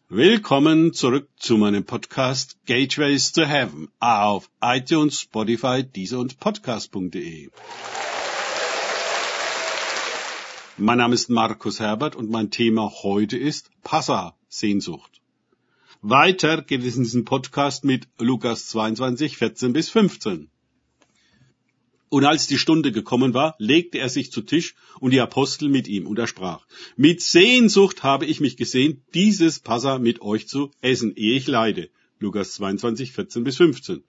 Willkommen zurück zu meinem Podcast Gateways to Heaven auf iTunes, Spotify, Deezer und Podcast.de. Mein Name ist Markus Herbert und mein Thema heute ist Passa-Sehnsucht. Weiter geht es in diesem Podcast mit Lukas 22, 14 bis 15. Und als die Stunde gekommen war, legte er sich zu Tisch und die Apostel mit ihm, und er sprach: Mit Sehnsucht habe ich mich gesehen, dieses Passa mit euch zu essen, ehe ich leide. Lukas 22, 14 bis 15.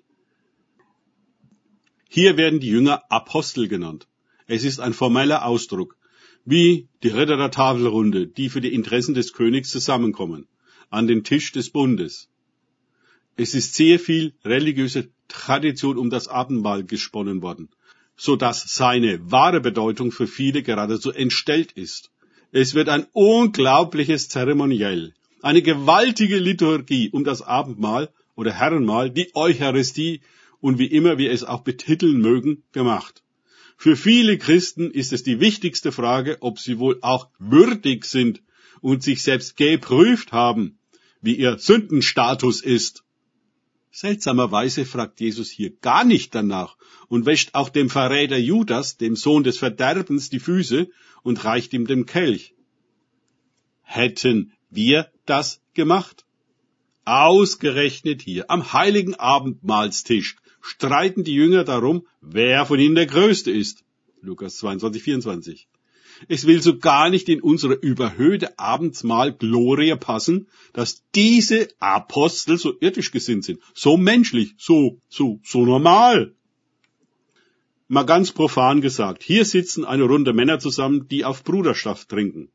Hier werden die Jünger Apostel genannt. Es ist ein formeller Ausdruck, wie die Ritter der Tafelrunde, die für die Interessen des Königs zusammenkommen, an den Tisch des Bundes. Es ist sehr viel religiöse Tradition um das Abendmahl gesponnen worden, so dass seine wahre Bedeutung für viele geradezu entstellt ist. Es wird ein unglaubliches Zeremoniell, eine gewaltige Liturgie um das Abendmahl oder Herrenmahl, die Eucharistie und wie immer wir es auch betiteln mögen, gemacht. Für viele Christen ist es die wichtigste Frage, ob sie wohl auch würdig sind und sich selbst geprüft haben, wie ihr Sündenstatus ist. Seltsamerweise fragt Jesus hier gar nicht danach und wäscht auch dem Verräter Judas, dem Sohn des Verderbens, die Füße und reicht ihm den Kelch. Hätten wir das gemacht? Ausgerechnet hier, am heiligen Abendmahlstisch, streiten die Jünger darum, wer von ihnen der Größte ist. Lukas 22, 24. Es will so gar nicht in unsere überhöhte Abendmahl-Glorie passen, dass diese Apostel so irdisch gesinnt sind, so menschlich, so normal. Mal ganz profan gesagt, hier sitzen eine Runde Männer zusammen, die auf Bruderschaft trinken.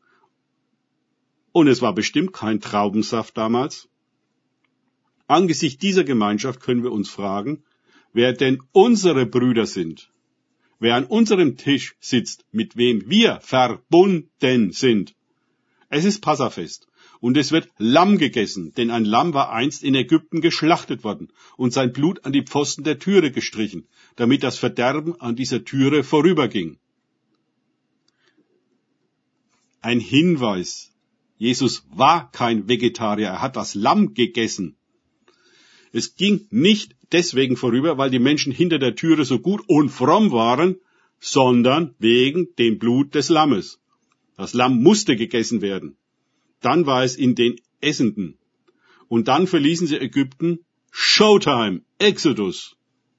Und es war bestimmt kein Traubensaft damals. Angesichts dieser Gemeinschaft können wir uns fragen, wer denn unsere Brüder sind. Wer an unserem Tisch sitzt, mit wem wir verbunden sind. Es ist Passafest und es wird Lamm gegessen, denn ein Lamm war einst in Ägypten geschlachtet worden und sein Blut an die Pfosten der Türe gestrichen, damit das Verderben an dieser Türe vorüberging. Ein Hinweis: Jesus war kein Vegetarier, er hat das Lamm gegessen. Es ging nicht deswegen vorüber, weil die Menschen hinter der Türe so gut und fromm waren, sondern wegen dem Blut des Lammes. Das Lamm musste gegessen werden. Dann war es in den Essenden. Und dann verließen sie Ägypten. Showtime, Exodus.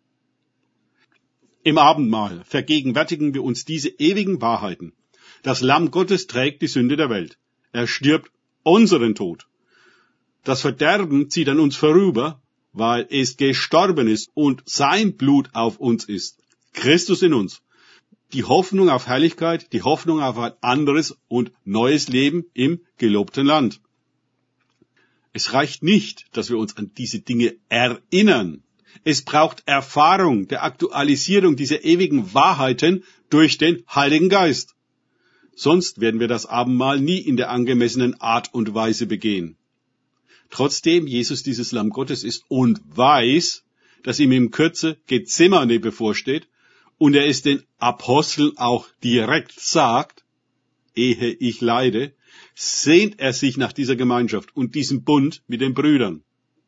Im Abendmahl vergegenwärtigen wir uns diese ewigen Wahrheiten. Das Lamm Gottes trägt die Sünde der Welt. Er stirbt unseren Tod. Das Verderben zieht an uns vorüber, weil es gestorben ist und sein Blut auf uns ist. Christus in uns. Die Hoffnung auf Herrlichkeit, die Hoffnung auf ein anderes und neues Leben im gelobten Land. Es reicht nicht, dass wir uns an diese Dinge erinnern. Es braucht Erfahrung der Aktualisierung dieser ewigen Wahrheiten durch den Heiligen Geist. Sonst werden wir das Abendmahl nie in der angemessenen Art und Weise begehen. Trotzdem Jesus dieses Lamm Gottes ist und weiß, dass ihm in Kürze Gethsemane bevorsteht und er es den Aposteln auch direkt sagt, ehe ich leide, sehnt er sich nach dieser Gemeinschaft und diesem Bund mit den Brüdern.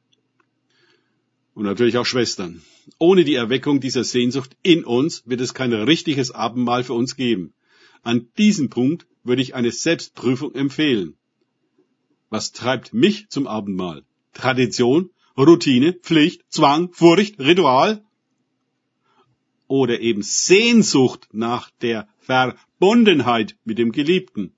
Und natürlich auch Schwestern. Ohne die Erweckung dieser Sehnsucht in uns wird es kein richtiges Abendmahl für uns geben. An diesem Punkt würde ich eine Selbstprüfung empfehlen. Was treibt mich zum Abendmahl? Tradition, Routine, Pflicht, Zwang, Furcht, Ritual? Oder eben Sehnsucht nach der Verbundenheit mit dem Geliebten?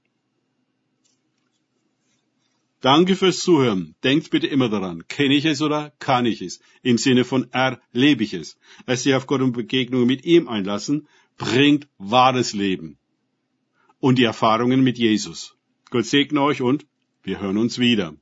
Danke fürs Zuhören. Denkt bitte immer daran, kenne ich es oder kann ich es? Im Sinne von erlebe ich es. Es sich auf Gott und Begegnungen mit ihm einlassen, bringt wahres Leben. Und die Erfahrungen mit Jesus. Gott segne euch und wir hören uns wieder.